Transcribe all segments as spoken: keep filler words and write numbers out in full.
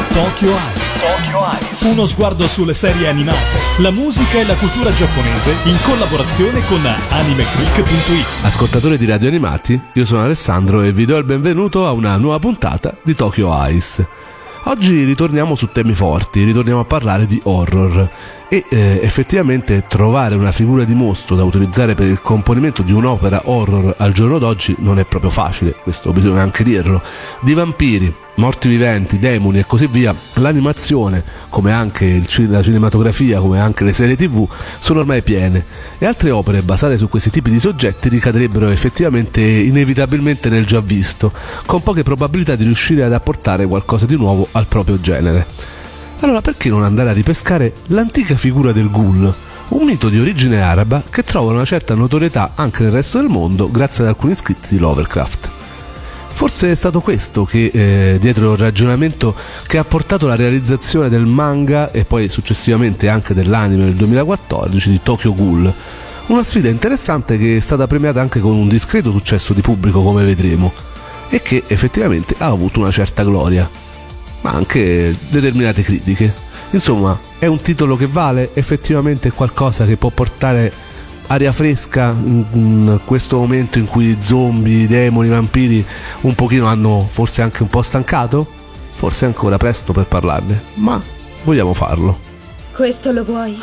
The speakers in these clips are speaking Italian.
Tokyo Eyes. Tokyo Eyes. Uno sguardo sulle serie animate, la musica e la cultura giapponese in collaborazione con AnimeClick punto it. Ascoltatori di Radio Animati, io sono Alessandro e vi do il benvenuto a una nuova puntata di Tokyo Eyes. Oggi ritorniamo su temi forti, ritorniamo a parlare di horror e eh, effettivamente trovare una figura di mostro da utilizzare per il componimento di un'opera horror al giorno d'oggi non è proprio facile, questo bisogna anche dirlo. Di vampiri, morti viventi, demoni e così via, l'animazione, come anche il, la cinematografia, come anche le serie tv, sono ormai piene e altre opere basate su questi tipi di soggetti ricadrebbero effettivamente inevitabilmente nel già visto, con poche probabilità di riuscire ad apportare qualcosa di nuovo al proprio genere. Allora perché non andare a ripescare l'antica figura del ghoul, un mito di origine araba che trova una certa notorietà anche nel resto del mondo grazie ad alcuni scritti di Lovecraft. Forse è stato questo che, eh, dietro il ragionamento che ha portato alla realizzazione del manga e poi successivamente anche dell'anime nel duemilaquattordici di Tokyo Ghoul, una sfida interessante che è stata premiata anche con un discreto successo di pubblico, come vedremo, e che effettivamente ha avuto una certa gloria, ma anche determinate critiche. Insomma, è un titolo che vale effettivamente qualcosa che può portare aria fresca in questo momento in cui zombie, demoni, vampiri un pochino hanno forse anche un po' stancato? Forse è ancora presto per parlarne, ma vogliamo farlo. Questo lo vuoi?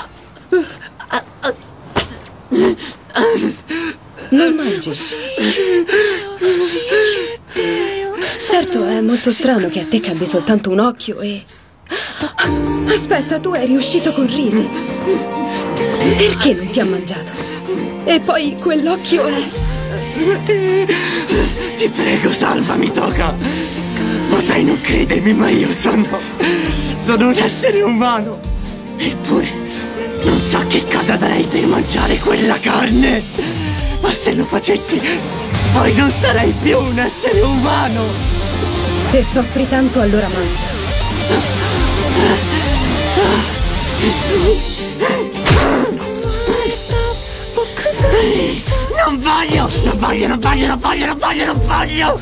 Non mangi. Certo, è molto strano che a te cambi soltanto un occhio e... Aspetta, tu eri uscito con Rise. Perché non ti ha mangiato? E poi quell'occhio è... Ti prego, salvami, Toka. Potrai non credermi, ma io sono... Sono un essere umano. Eppure non so che cosa darei per mangiare quella carne. Ma se lo facessi, poi non sarei più un essere umano. Se soffri tanto, allora mangia. Non voglio, non voglio, non voglio, non voglio, non voglio, non voglio.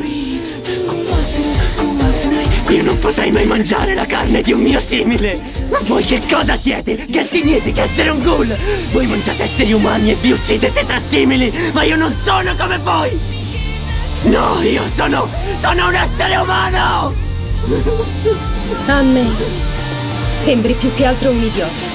Io non potrei mai mangiare la carne di un mio simile. Ma voi che cosa siete? Che significa essere un ghoul? Voi mangiate esseri umani e vi uccidete tra simili, ma io non sono come voi. No, io sono, sono un essere umano. A me sembri più che altro un idiota.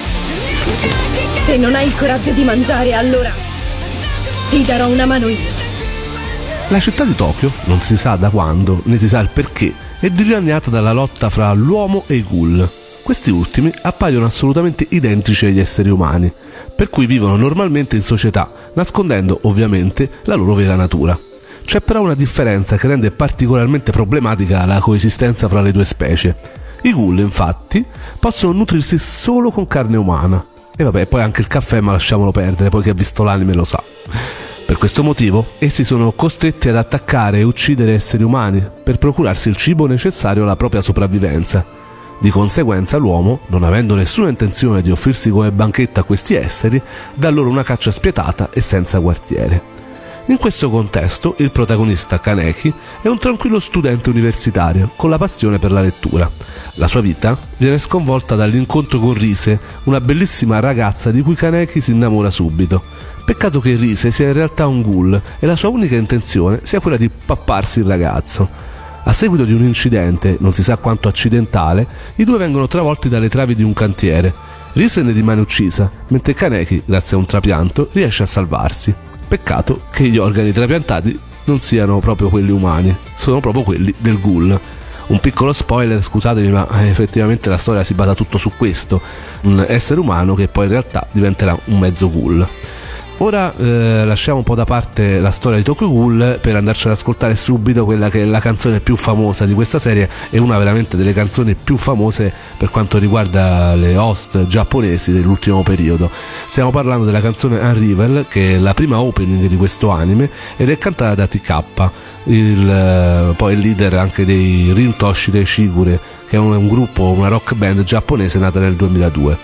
Se non hai il coraggio di mangiare, allora ti darò una mano io. La città di Tokyo, non si sa da quando, né si sa il perché, è dilaniata dalla lotta fra l'uomo e i ghoul. Questi ultimi appaiono assolutamente identici agli esseri umani, per cui vivono normalmente in società, nascondendo ovviamente la loro vera natura. C'è però una differenza che rende particolarmente problematica la coesistenza fra le due specie. I ghoul, infatti, possono nutrirsi solo con carne umana. E vabbè, poi anche il caffè, ma lasciamolo perdere, poi chi ha visto l'anime lo sa. Per questo motivo, essi sono costretti ad attaccare e uccidere esseri umani per procurarsi il cibo necessario alla propria sopravvivenza. Di conseguenza l'uomo, non avendo nessuna intenzione di offrirsi come banchetto a questi esseri, dà loro una caccia spietata e senza quartiere. In questo contesto, il protagonista Kaneki è un tranquillo studente universitario con la passione per la lettura. La sua vita viene sconvolta dall'incontro con Rise, una bellissima ragazza di cui Kaneki si innamora subito. Peccato che Rise sia in realtà un ghoul e la sua unica intenzione sia quella di papparsi il ragazzo. A seguito di un incidente, non si sa quanto accidentale, i due vengono travolti dalle travi di un cantiere. Rise ne rimane uccisa, mentre Kaneki, grazie a un trapianto, riesce a salvarsi. Peccato che gli organi trapiantati non siano proprio quelli umani, sono proprio quelli del ghoul. Un piccolo spoiler, scusatemi, ma effettivamente la storia si basa tutto su questo, un essere umano che poi in realtà diventerà un mezzo ghoul. Ora eh, lasciamo un po' da parte la storia di Tokyo Ghoul per andarci ad ascoltare subito quella che è la canzone più famosa di questa serie e una veramente delle canzoni più famose per quanto riguarda le host giapponesi dell'ultimo periodo. Stiamo parlando della canzone Unravel, che è la prima opening di questo anime ed è cantata da T K, il, eh, poi il leader anche dei Rin Toshide Shigure, che è un, un gruppo, una rock band giapponese nata nel duemiladue.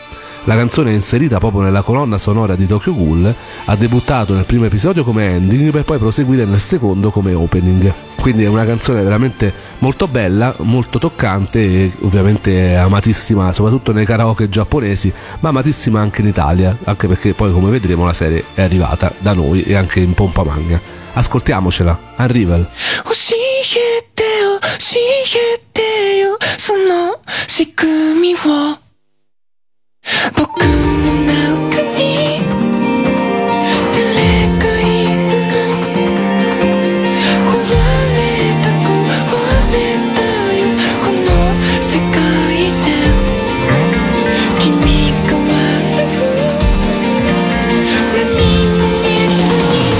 La canzone è inserita proprio nella colonna sonora di Tokyo Ghoul, ha debuttato nel primo episodio come ending per poi proseguire nel secondo come opening. Quindi è una canzone veramente molto bella, molto toccante e ovviamente amatissima soprattutto nei karaoke giapponesi, ma amatissima anche in Italia, anche perché poi come vedremo la serie è arrivata da noi e anche in pompa magna. Ascoltiamocela, Unravel. 僕の中に誰かいるの壊れた壊れたよこの世界で君が笑う何も見えずに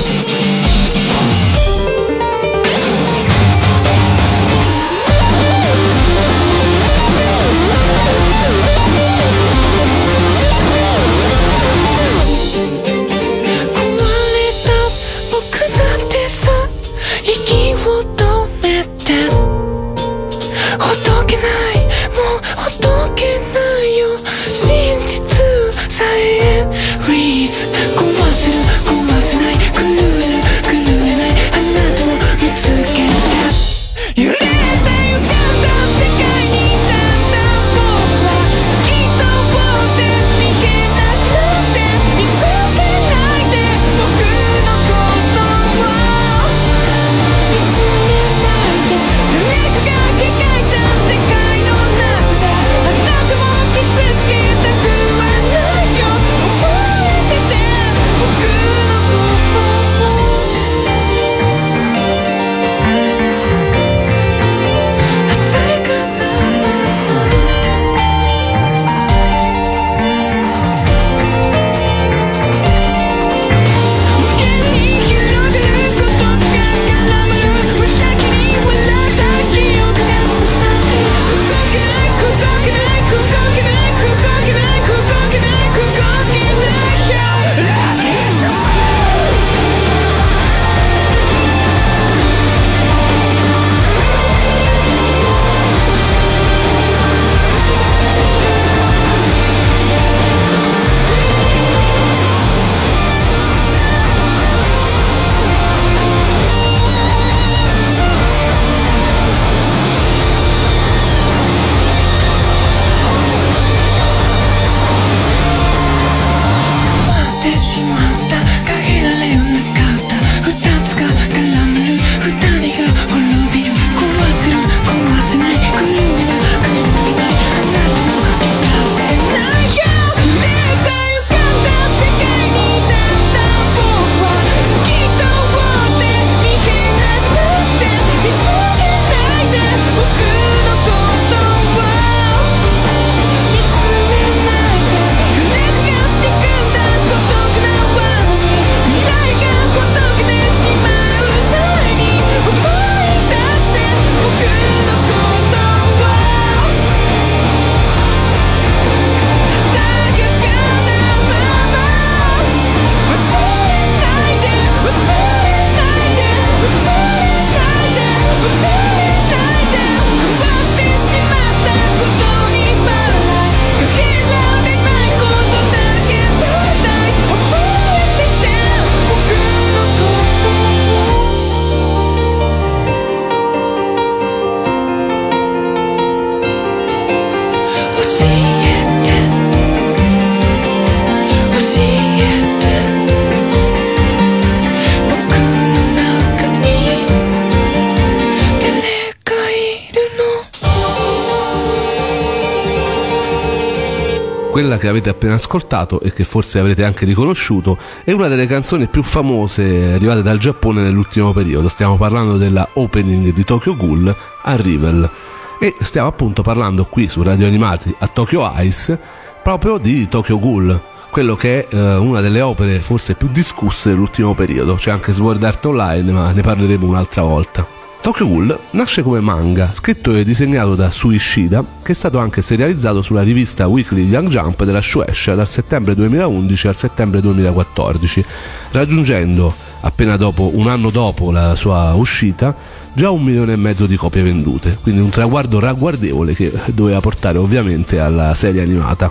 Quella che avete appena ascoltato e che forse avrete anche riconosciuto è una delle canzoni più famose arrivate dal Giappone nell'ultimo periodo. Stiamo parlando della opening di Tokyo Ghoul, Unravel, e stiamo appunto parlando qui su Radio Animati a Tokyo Ice proprio di Tokyo Ghoul, quello che è eh, una delle opere forse più discusse dell'ultimo periodo. C'è anche Sword Art Online, ma ne parleremo un'altra volta. Tokyo Ghoul nasce come manga, scritto e disegnato da Suishida, che è stato anche serializzato sulla rivista Weekly Young Jump della Shueisha dal settembre duemilaundici al settembre duemilaquattordici, raggiungendo, appena dopo un anno dopo la sua uscita, già un milione e mezzo di copie vendute, quindi un traguardo ragguardevole che doveva portare ovviamente alla serie animata.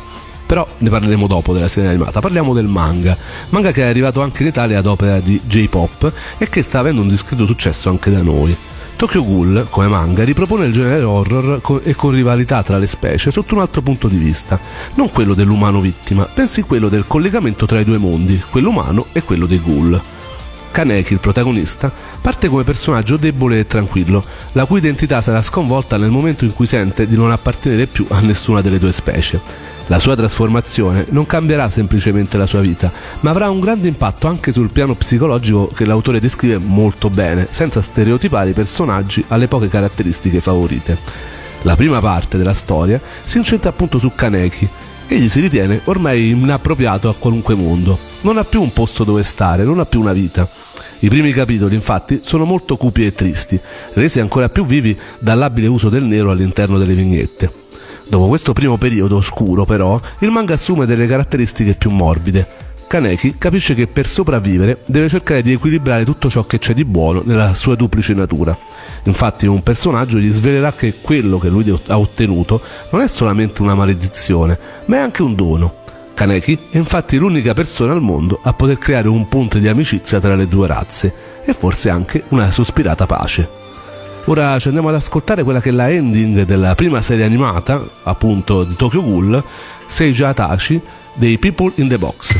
Però ne parleremo dopo della serie animata. Parliamo del manga, manga che è arrivato anche in Italia ad opera di J-Pop e che sta avendo un discreto successo anche da noi. Tokyo Ghoul, come manga, ripropone il genere horror e con rivalità tra le specie sotto un altro punto di vista, non quello dell'umano vittima, bensì quello del collegamento tra i due mondi, quello umano e quello dei ghoul. Kaneki, il protagonista, parte come personaggio debole e tranquillo, la cui identità sarà sconvolta nel momento in cui sente di non appartenere più a nessuna delle due specie. La sua trasformazione non cambierà semplicemente la sua vita, ma avrà un grande impatto anche sul piano psicologico che l'autore descrive molto bene, senza stereotipare i personaggi alle poche caratteristiche favorite. La prima parte della storia si incentra appunto su Kaneki. Egli si ritiene ormai inappropriato a qualunque mondo, non ha più un posto dove stare, non ha più una vita. I primi capitoli, infatti, sono molto cupi e tristi, resi ancora più vivi dall'abile uso del nero all'interno delle vignette. Dopo questo primo periodo oscuro, però, il manga assume delle caratteristiche più morbide. Kaneki capisce che per sopravvivere deve cercare di equilibrare tutto ciò che c'è di buono nella sua duplice natura. Infatti un personaggio gli svelerà che quello che lui ha ottenuto non è solamente una maledizione, ma è anche un dono. Kaneki è infatti l'unica persona al mondo a poter creare un ponte di amicizia tra le due razze e forse anche una sospirata pace. Ora ci andiamo ad ascoltare quella che è la ending della prima serie animata, appunto di Tokyo Ghoul, Seiji Atachi, dei People in the Box.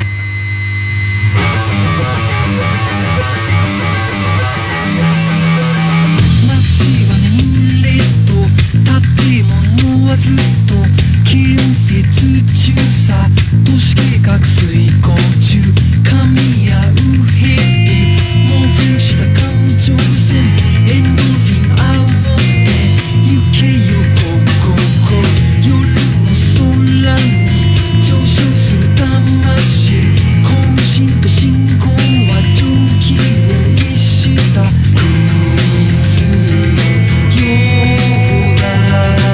ずっと建設中さ都市計画遂行中神や右兵猛噴した環状線エンドルフィン煽って行けよゴーゴーゴー夜の空に上昇する魂渾身と信号は蒸気を逸したクイズのようだ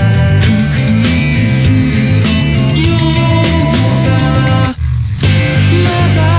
まだ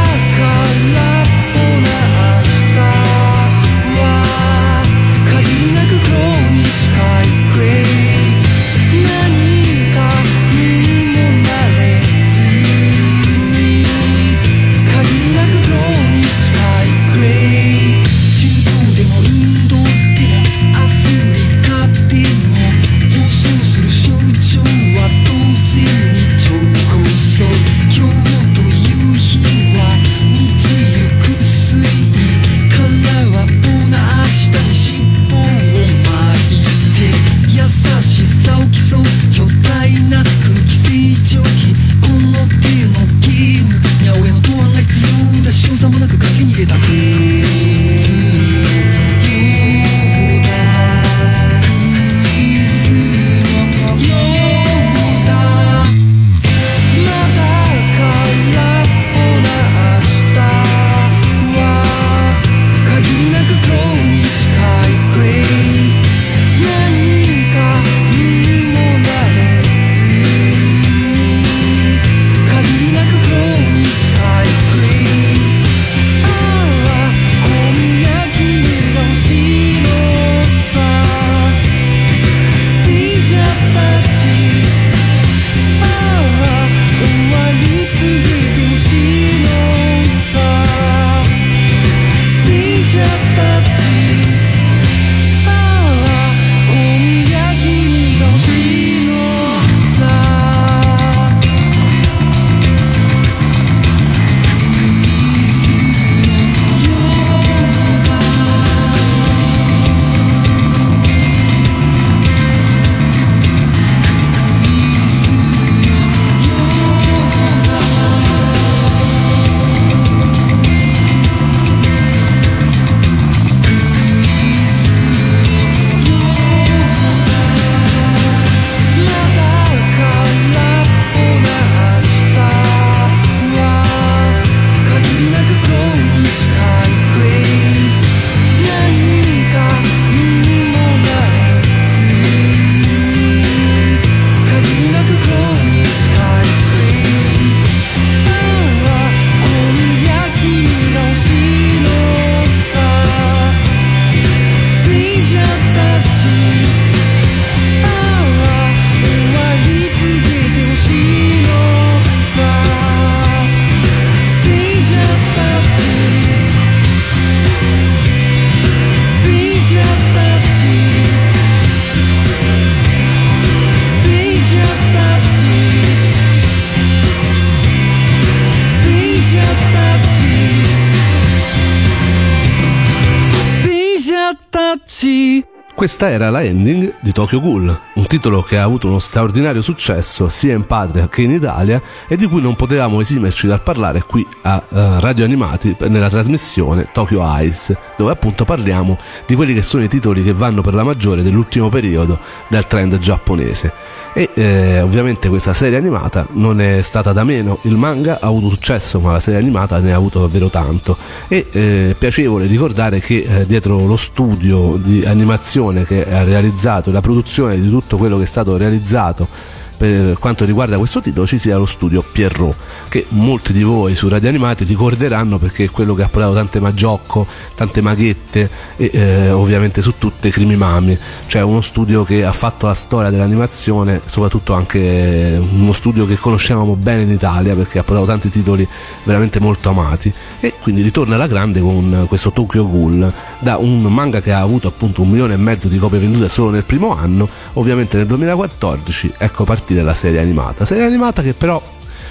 Questa era la ending di Tokyo Ghoul, un titolo che ha avuto uno straordinario successo sia in patria che in Italia e di cui non potevamo esimerci dal parlare qui a uh, Radio Animati nella trasmissione Tokyo Eyes, dove appunto parliamo di quelli che sono i titoli che vanno per la maggiore dell'ultimo periodo del trend giapponese. E eh, ovviamente questa serie animata non è stata da meno. Il manga ha avuto successo, ma la serie animata ne ha avuto davvero tanto, e eh, è piacevole ricordare che eh, dietro lo studio di animazione che ha realizzato e la produzione di tutto quello che è stato realizzato per quanto riguarda questo titolo ci sia lo studio Pierrot, che molti di voi su Radio Animati ricorderanno perché è quello che ha portato tante Magiocco, tante maghette e eh, ovviamente su tutte Crimimami, cioè uno studio che ha fatto la storia dell'animazione, soprattutto anche uno studio che conosciamo bene in Italia perché ha portato tanti titoli veramente molto amati, e quindi ritorna alla grande con questo Tokyo Ghoul, da un manga che ha avuto appunto un milione e mezzo di copie vendute solo nel primo anno. Ovviamente nel duemilaquattordici ecco partita della serie animata, serie animata che però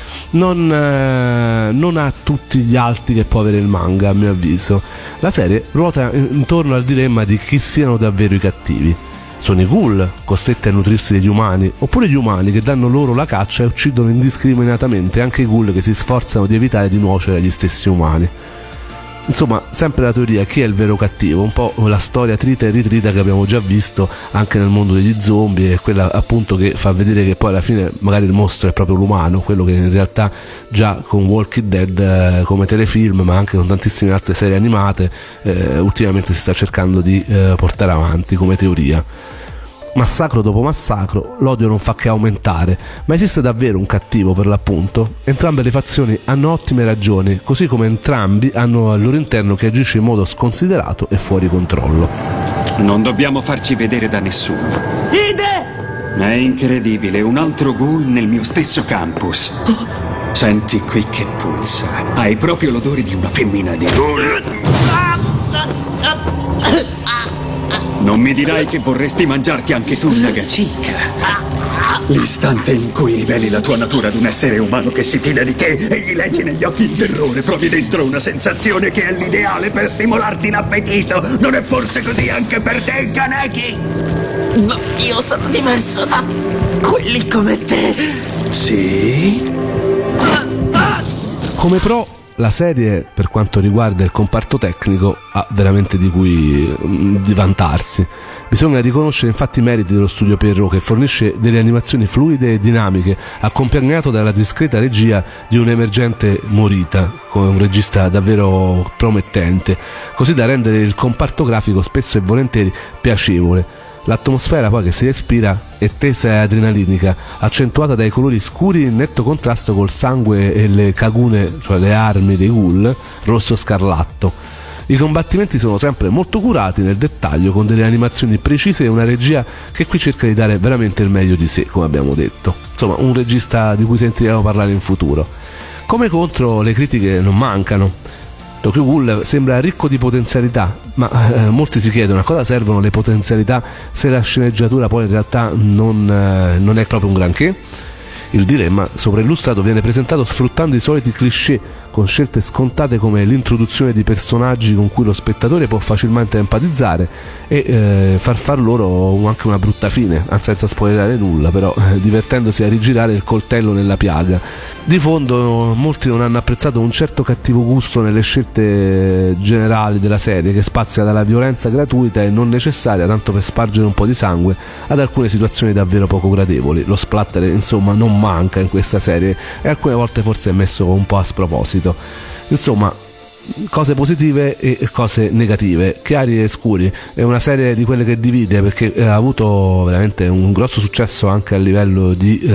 non, eh, non ha tutti gli alti che può avere il manga, a mio avviso. La serie ruota intorno al dilemma di chi siano davvero i cattivi. Sono i ghoul costretti a nutrirsi degli umani, oppure gli umani che danno loro la caccia e uccidono indiscriminatamente anche i ghoul che si sforzano di evitare di nuocere agli stessi umani. Insomma, sempre la teoria chi è il vero cattivo, un po' la storia trita e ritrita che abbiamo già visto anche nel mondo degli zombie, e quella appunto che fa vedere che poi alla fine magari il mostro è proprio l'umano, quello che in realtà già con Walking Dead eh, come telefilm, ma anche con tantissime altre serie animate eh, ultimamente si sta cercando di eh, portare avanti come teoria. Massacro dopo massacro, l'odio non fa che aumentare, ma esiste davvero un cattivo per l'appunto? Entrambe le fazioni hanno ottime ragioni, così come entrambi hanno al loro interno chi agisce in modo sconsiderato e fuori controllo. Non dobbiamo farci vedere da nessuno. Ide! È incredibile, un altro ghoul nel mio stesso campus. Senti qui che puzza. Hai proprio l'odore di una femmina di ghoul. Non mi dirai che vorresti mangiarti anche tu, Nagachika. L'istante in cui riveli la tua natura ad un essere umano che si fida di te e gli leggi negli occhi il terrore, provi dentro una sensazione che è l'ideale per stimolarti l'appetito. Non è forse così anche per te, Kaneki? No, io sono diverso da quelli come te. Sì? Come pro, la serie, per quanto riguarda il comparto tecnico, ha veramente di cui di vantarsi. Bisogna riconoscere infatti i meriti dello studio Pierrot, che fornisce delle animazioni fluide e dinamiche, accompagnato dalla discreta regia di un emergente Morita, come un regista davvero promettente, così da rendere il comparto grafico spesso e volentieri piacevole. L'atmosfera poi che si respira è tesa e adrenalinica, accentuata dai colori scuri in netto contrasto col sangue e le kagune, cioè le armi dei ghoul, rosso scarlatto. I combattimenti sono sempre molto curati nel dettaglio, con delle animazioni precise e una regia che qui cerca di dare veramente il meglio di sé, come abbiamo detto. Insomma, un regista di cui sentiremo parlare in futuro. Come contro, le critiche non mancano. Tokyo Ghoul sembra ricco di potenzialità, ma eh, molti si chiedono a cosa servono le potenzialità se la sceneggiatura poi in realtà non, eh, non è proprio un granché. Il dilemma sopra-illustrato viene presentato sfruttando i soliti cliché, con scelte scontate come l'introduzione di personaggi con cui lo spettatore può facilmente empatizzare e eh, far far loro anche una brutta fine, senza spoilerare nulla, però eh, divertendosi a rigirare il coltello nella piaga. Di fondo molti non hanno apprezzato un certo cattivo gusto nelle scelte generali della serie, che spazia dalla violenza gratuita e non necessaria tanto per spargere un po' di sangue ad alcune situazioni davvero poco gradevoli. Lo splatter insomma non manca in questa serie e alcune volte forse è messo un po' a sproposito. Insomma, cose positive e cose negative, chiari e scuri. È una serie di quelle che divide, perché ha avuto veramente un grosso successo anche a livello di eh,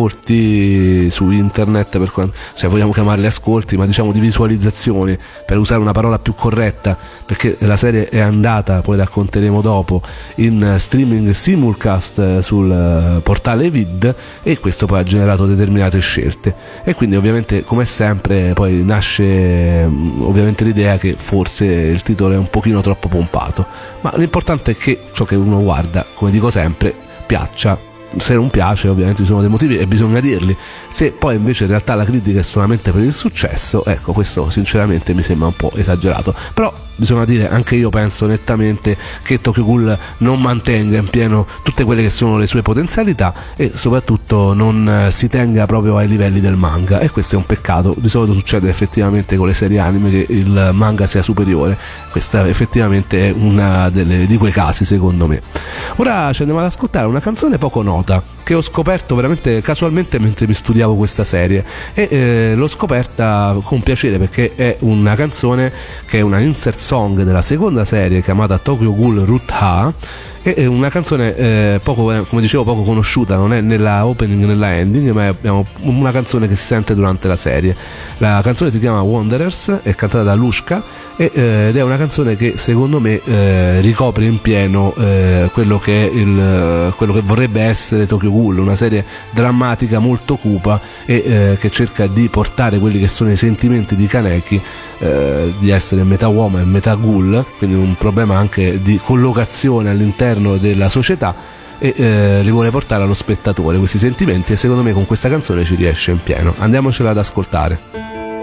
ascolti su internet, per quanto, se vogliamo chiamarli ascolti, ma diciamo di visualizzazioni, per usare una parola più corretta, perché la serie è andata, poi racconteremo dopo, in streaming simulcast sul portale Vid, e questo poi ha generato determinate scelte, e quindi ovviamente come sempre poi nasce ovviamente l'idea che forse il titolo è un pochino troppo pompato, ma l'importante è che ciò che uno guarda, come dico sempre, piaccia se non piace ovviamente ci sono dei motivi e bisogna dirli. Se poi invece in realtà la critica è solamente per il successo, ecco, questo sinceramente mi sembra un po' esagerato. Però bisogna dire, anche io penso nettamente che Tokyo Ghoul non mantenga in pieno tutte quelle che sono le sue potenzialità e soprattutto non si tenga proprio ai livelli del manga, e questo è un peccato. Di solito succede effettivamente con le serie anime che il manga sia superiore. Questa effettivamente è una delle, di quei casi, secondo me. Ora ci andiamo ad ascoltare una canzone poco nota che ho scoperto veramente casualmente mentre mi studiavo questa serie, e eh, l'ho scoperta con piacere perché è una canzone che è una insert song della seconda serie chiamata Tokyo Ghoul Route A. È una canzone eh, poco, come dicevo, poco conosciuta, non è nella opening né nella ending, ma è una canzone che si sente durante la serie. La canzone si chiama Wanderers, è cantata da Lushka e, eh, ed è una canzone che secondo me eh, ricopre in pieno eh, quello che è il, quello che vorrebbe essere Tokyo Ghoul, una serie drammatica molto cupa e eh, che cerca di portare quelli che sono i sentimenti di Kaneki, eh, di essere metà uomo e metà ghoul, quindi un problema anche di collocazione all'interno della società, e eh, li vuole portare allo spettatore questi sentimenti, e secondo me con questa canzone ci riesce in pieno. Andiamocela ad ascoltare.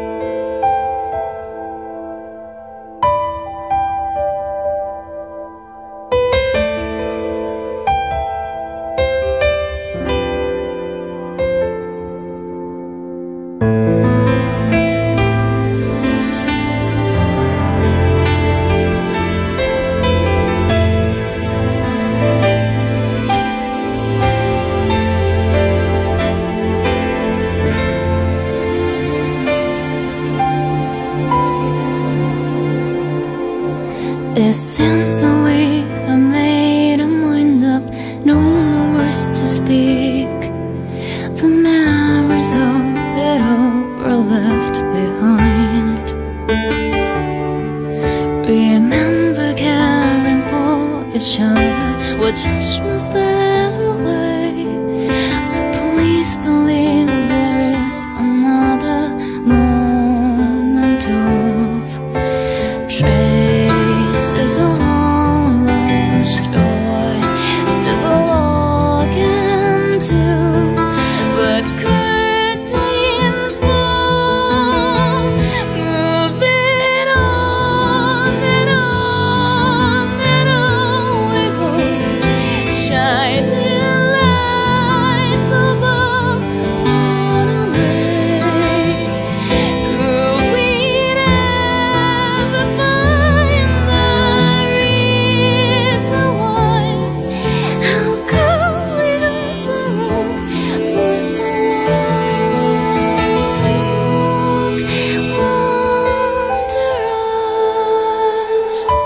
It seems the way I made a mind up, no more words to speak. The memories of it all were left behind. Remember caring for each other, what judgments fell away. So please believe there is another moment of traces of long lost joy still belonging to, but curtains fall, moving on and on and on we go, shining lights above on a way. Could we ever find the reason why? How could we go so wrong for so long? Wanderers.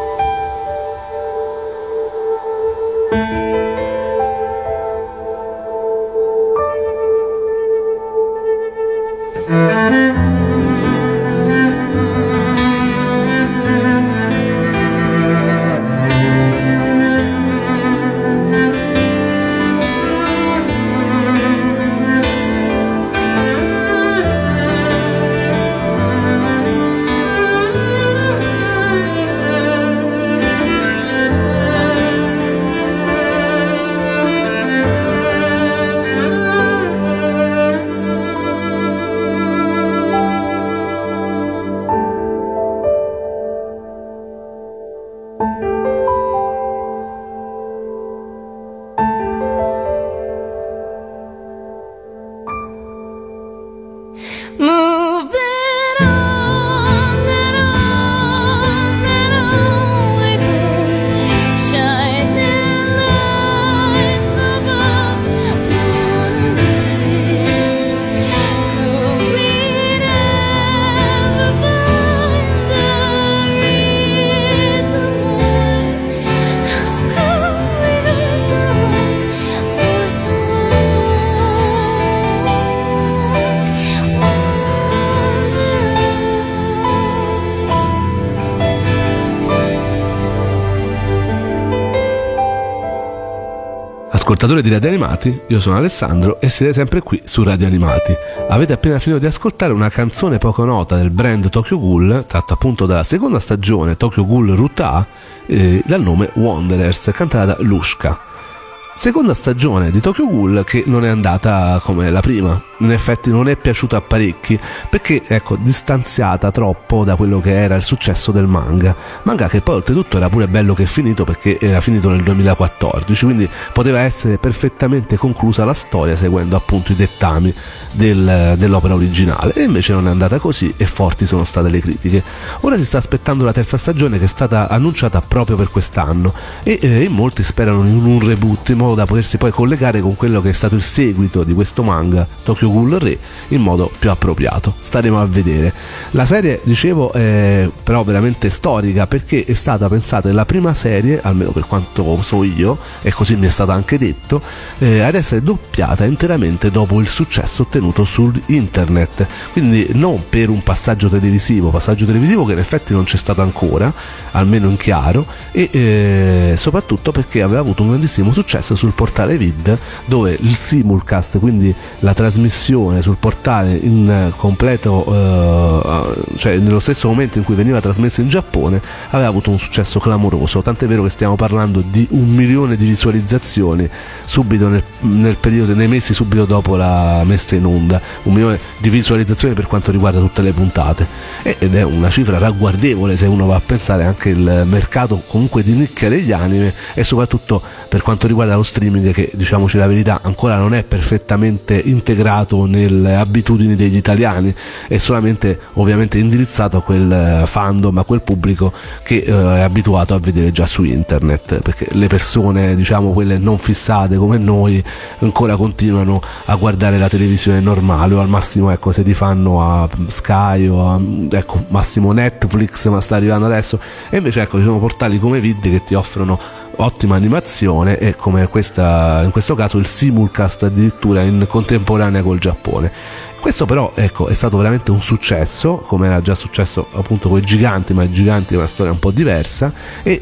Moving on and on and on we go, shining lights above on a way. Could we ever find the reason why? How could we go so wrong for so long? Ascoltatori di Radio Animati, io sono Alessandro e siete sempre qui su Radio Animati. Avete appena finito di ascoltare una canzone poco nota del brand Tokyo Ghoul, tratta appunto dalla seconda stagione Tokyo Ghoul Route A, eh, dal nome Wanderers, cantata da Lushka. Seconda stagione di Tokyo Ghoul che non è andata come la prima, in effetti non è piaciuta a parecchi perché, ecco, distanziata troppo da quello che era il successo del manga, manga che poi oltretutto era pure bello che è finito perché era finito nel duemilaquattordici, quindi poteva essere perfettamente conclusa la storia seguendo appunto i dettami del, dell'opera originale, e invece non è andata così e forti sono state le critiche. Ora si sta aspettando la terza stagione che è stata annunciata proprio per quest'anno e eh, in molti sperano in un reboot in modo da potersi poi collegare con quello che è stato il seguito di questo manga, Tokyo Ghoul Re, in modo più appropriato. Staremo a vedere. La serie, dicevo, è però veramente storica perché è stata pensata la prima serie, almeno per quanto so io, e così mi è stato anche detto, eh, ad essere doppiata interamente dopo il successo ottenuto su internet, quindi non per un passaggio televisivo, passaggio televisivo che in effetti non c'è stato ancora, almeno in chiaro, e eh, soprattutto perché aveva avuto un grandissimo successo sul portale Vid, dove il simulcast, quindi la trasmissione sul portale in completo, eh, cioè nello stesso momento in cui veniva trasmessa in Giappone, aveva avuto un successo clamoroso, tant'è vero che stiamo parlando di un milione di visualizzazioni subito nel, nel periodo, nei mesi subito dopo la messa in onda, un milione di visualizzazioni per quanto riguarda tutte le puntate, ed è una cifra ragguardevole se uno va a pensare anche il mercato comunque di nicchia degli anime, e soprattutto per quanto riguarda lo streaming che, diciamoci la verità, ancora non è perfettamente integrato nelle abitudini degli italiani, è solamente ovviamente indirizzato a quel fandom, a quel pubblico che eh, è abituato a vedere già su internet, perché le persone, diciamo quelle non fissate come noi, ancora continuano a guardare la televisione normale, o al massimo, ecco, se ti fanno a Sky o a, ecco, massimo Netflix, ma sta arrivando adesso, e invece ecco ci sono portali come Vid che ti offrono ottima animazione e, come questa, in questo caso, il simulcast addirittura in contemporanea col Giappone. Questo però, ecco, è stato veramente un successo, come era già successo appunto con i Giganti, ma i Giganti è una storia un po' diversa, e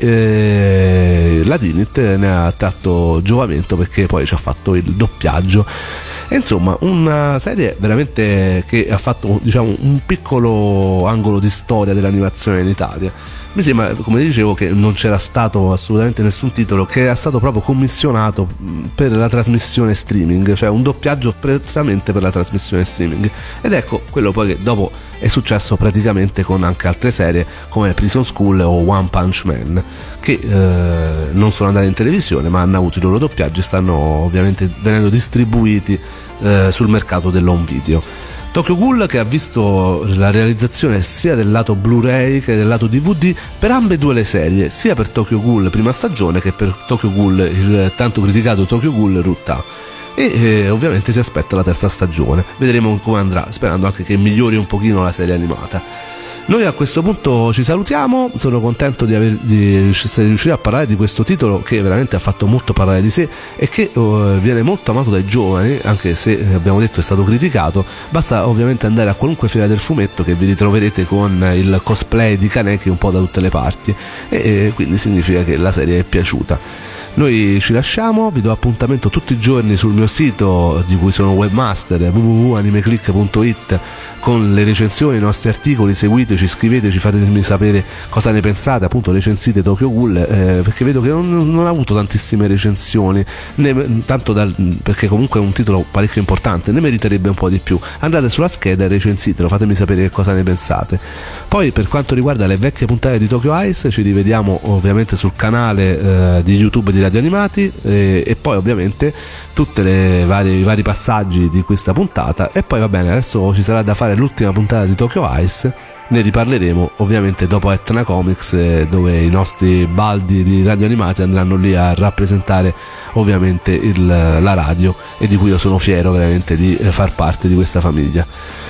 eh, la Dinit ne ha tratto giovamento perché poi ci ha fatto il doppiaggio. E insomma, una serie veramente che ha fatto, diciamo, un piccolo angolo di storia dell'animazione in Italia. Mi sembra, come dicevo, che non c'era stato assolutamente nessun titolo che era stato proprio commissionato per la trasmissione streaming, cioè un doppiaggio prettamente per la trasmissione streaming, ed ecco quello poi che dopo è successo praticamente con anche altre serie come Prison School o One Punch Man, che eh, non sono andate in televisione ma hanno avuto i loro doppiaggi e stanno ovviamente venendo distribuiti eh, sul mercato dell'home video. Tokyo Ghoul che ha visto la realizzazione sia del lato Blu-ray che del lato D V D per ambedue le serie, sia per Tokyo Ghoul prima stagione che per Tokyo Ghoul, il tanto criticato Tokyo Ghoul Rutta, e eh, ovviamente si aspetta la terza stagione, vedremo come andrà, sperando anche che migliori un pochino la serie animata. Noi a questo punto ci salutiamo, sono contento di, aver, di essere riusciti a parlare di questo titolo che veramente ha fatto molto parlare di sé e che uh, viene molto amato dai giovani, anche se abbiamo detto è stato criticato. Basta ovviamente andare a qualunque fiera del fumetto che vi ritroverete con il cosplay di Kaneki un po' da tutte le parti, e, e quindi significa che la serie è piaciuta. Noi ci lasciamo, vi do appuntamento tutti i giorni sul mio sito, di cui sono webmaster, w w w punto animeclick punto i t, con le recensioni, i nostri articoli. Seguiteci, scriveteci, fatemi sapere cosa ne pensate, appunto recensite Tokyo Ghoul, eh, perché vedo che non, non ha avuto tantissime recensioni, né, tanto dal, perché comunque è un titolo parecchio importante, ne meriterebbe un po' di più. Andate sulla scheda e recensitelo, fatemi sapere che cosa ne pensate. Poi per quanto riguarda le vecchie puntate di Tokyo Ice, ci rivediamo ovviamente sul canale eh, di YouTube di Radio Animati, eh, e poi ovviamente tutti i vari passaggi di questa puntata. E poi va bene, adesso ci sarà da fare l'ultima puntata di Tokyo Ice, ne riparleremo ovviamente dopo Etna Comics, eh, dove i nostri baldi di Radio Animati andranno lì a rappresentare ovviamente il, la radio, e di cui io sono fiero veramente di far parte di questa famiglia.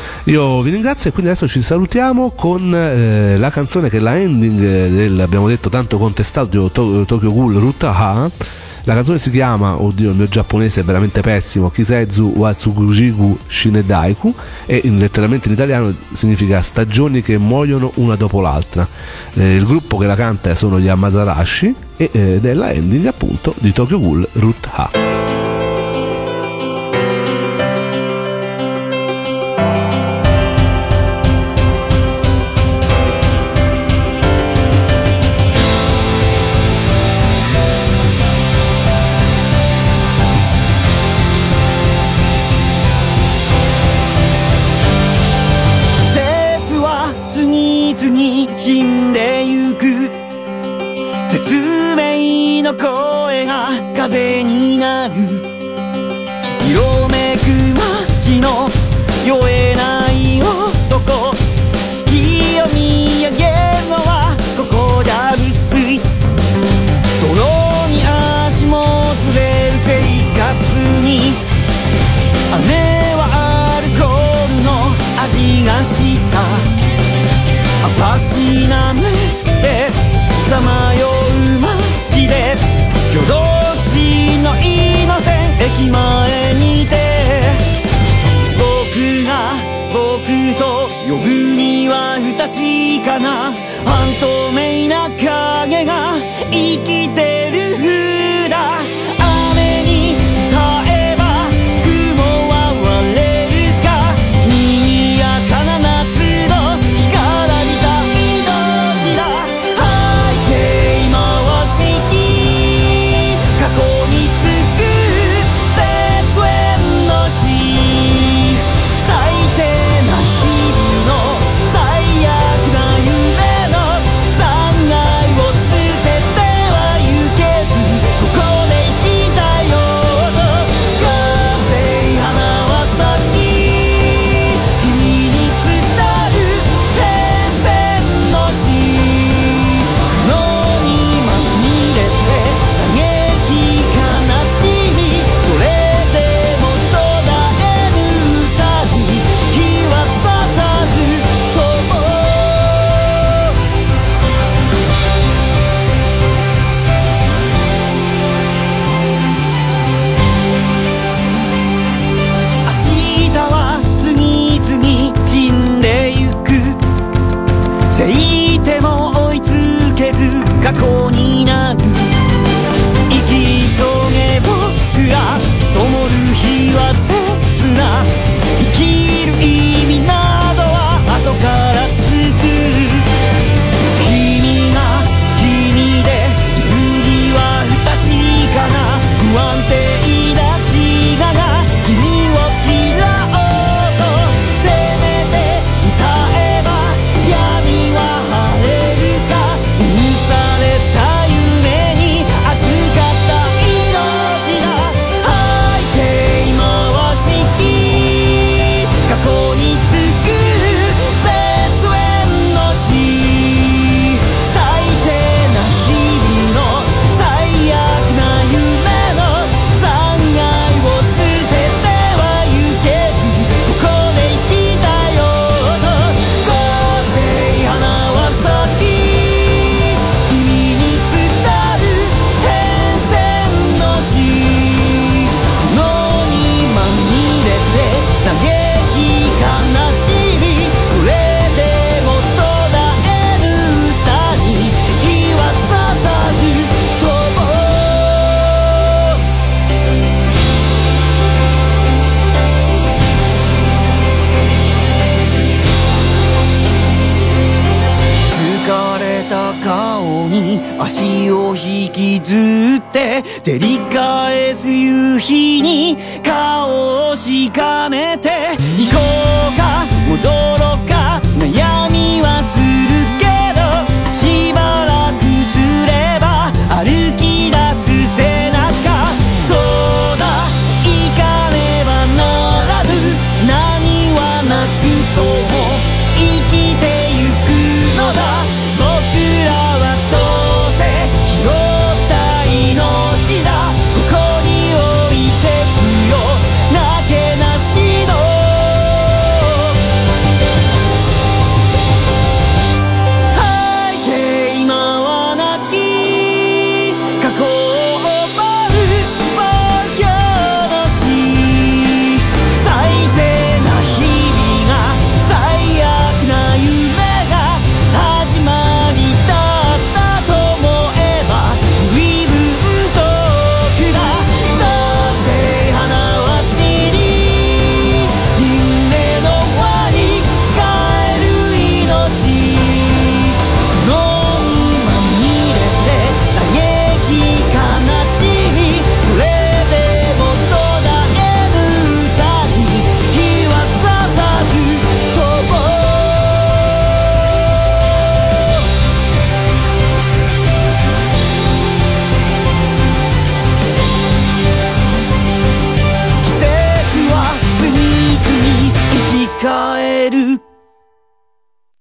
Io vi ringrazio e quindi adesso ci salutiamo con eh, la canzone che è la ending del, abbiamo detto, tanto contestato to- Tokyo Ghoul Rutta Ha. La canzone si chiama, oddio il mio giapponese è veramente pessimo, Kisetsu Watsukujiku Shinedaiku, e in, letteralmente in italiano significa stagioni che muoiono una dopo l'altra. Eh, il gruppo che la canta sono gli Amaterasu, e, ed è la ending appunto di Tokyo Ghoul Rutta Ha. せいても追いつけず過去になる生き急げ僕が灯る日は切な生きる意味などは後から作る君が君で揺るぎは不確かな不安定な自我が君を嫌おうとせめて歌えば闇は晴れるか許された夢に預かった命だ吐いて今はしき過去に作る絶縁の詩最低な日々の最悪な夢の残骸を捨てては行けずここで生きたよと個性花は咲き君に伝る変遷の詩苦悩にまみれて嘆き悲しみそれでも途絶えぬ歌に日はささず飛ぼう疲れた顔に足を引きずって照り返す夕日に顔をしかめて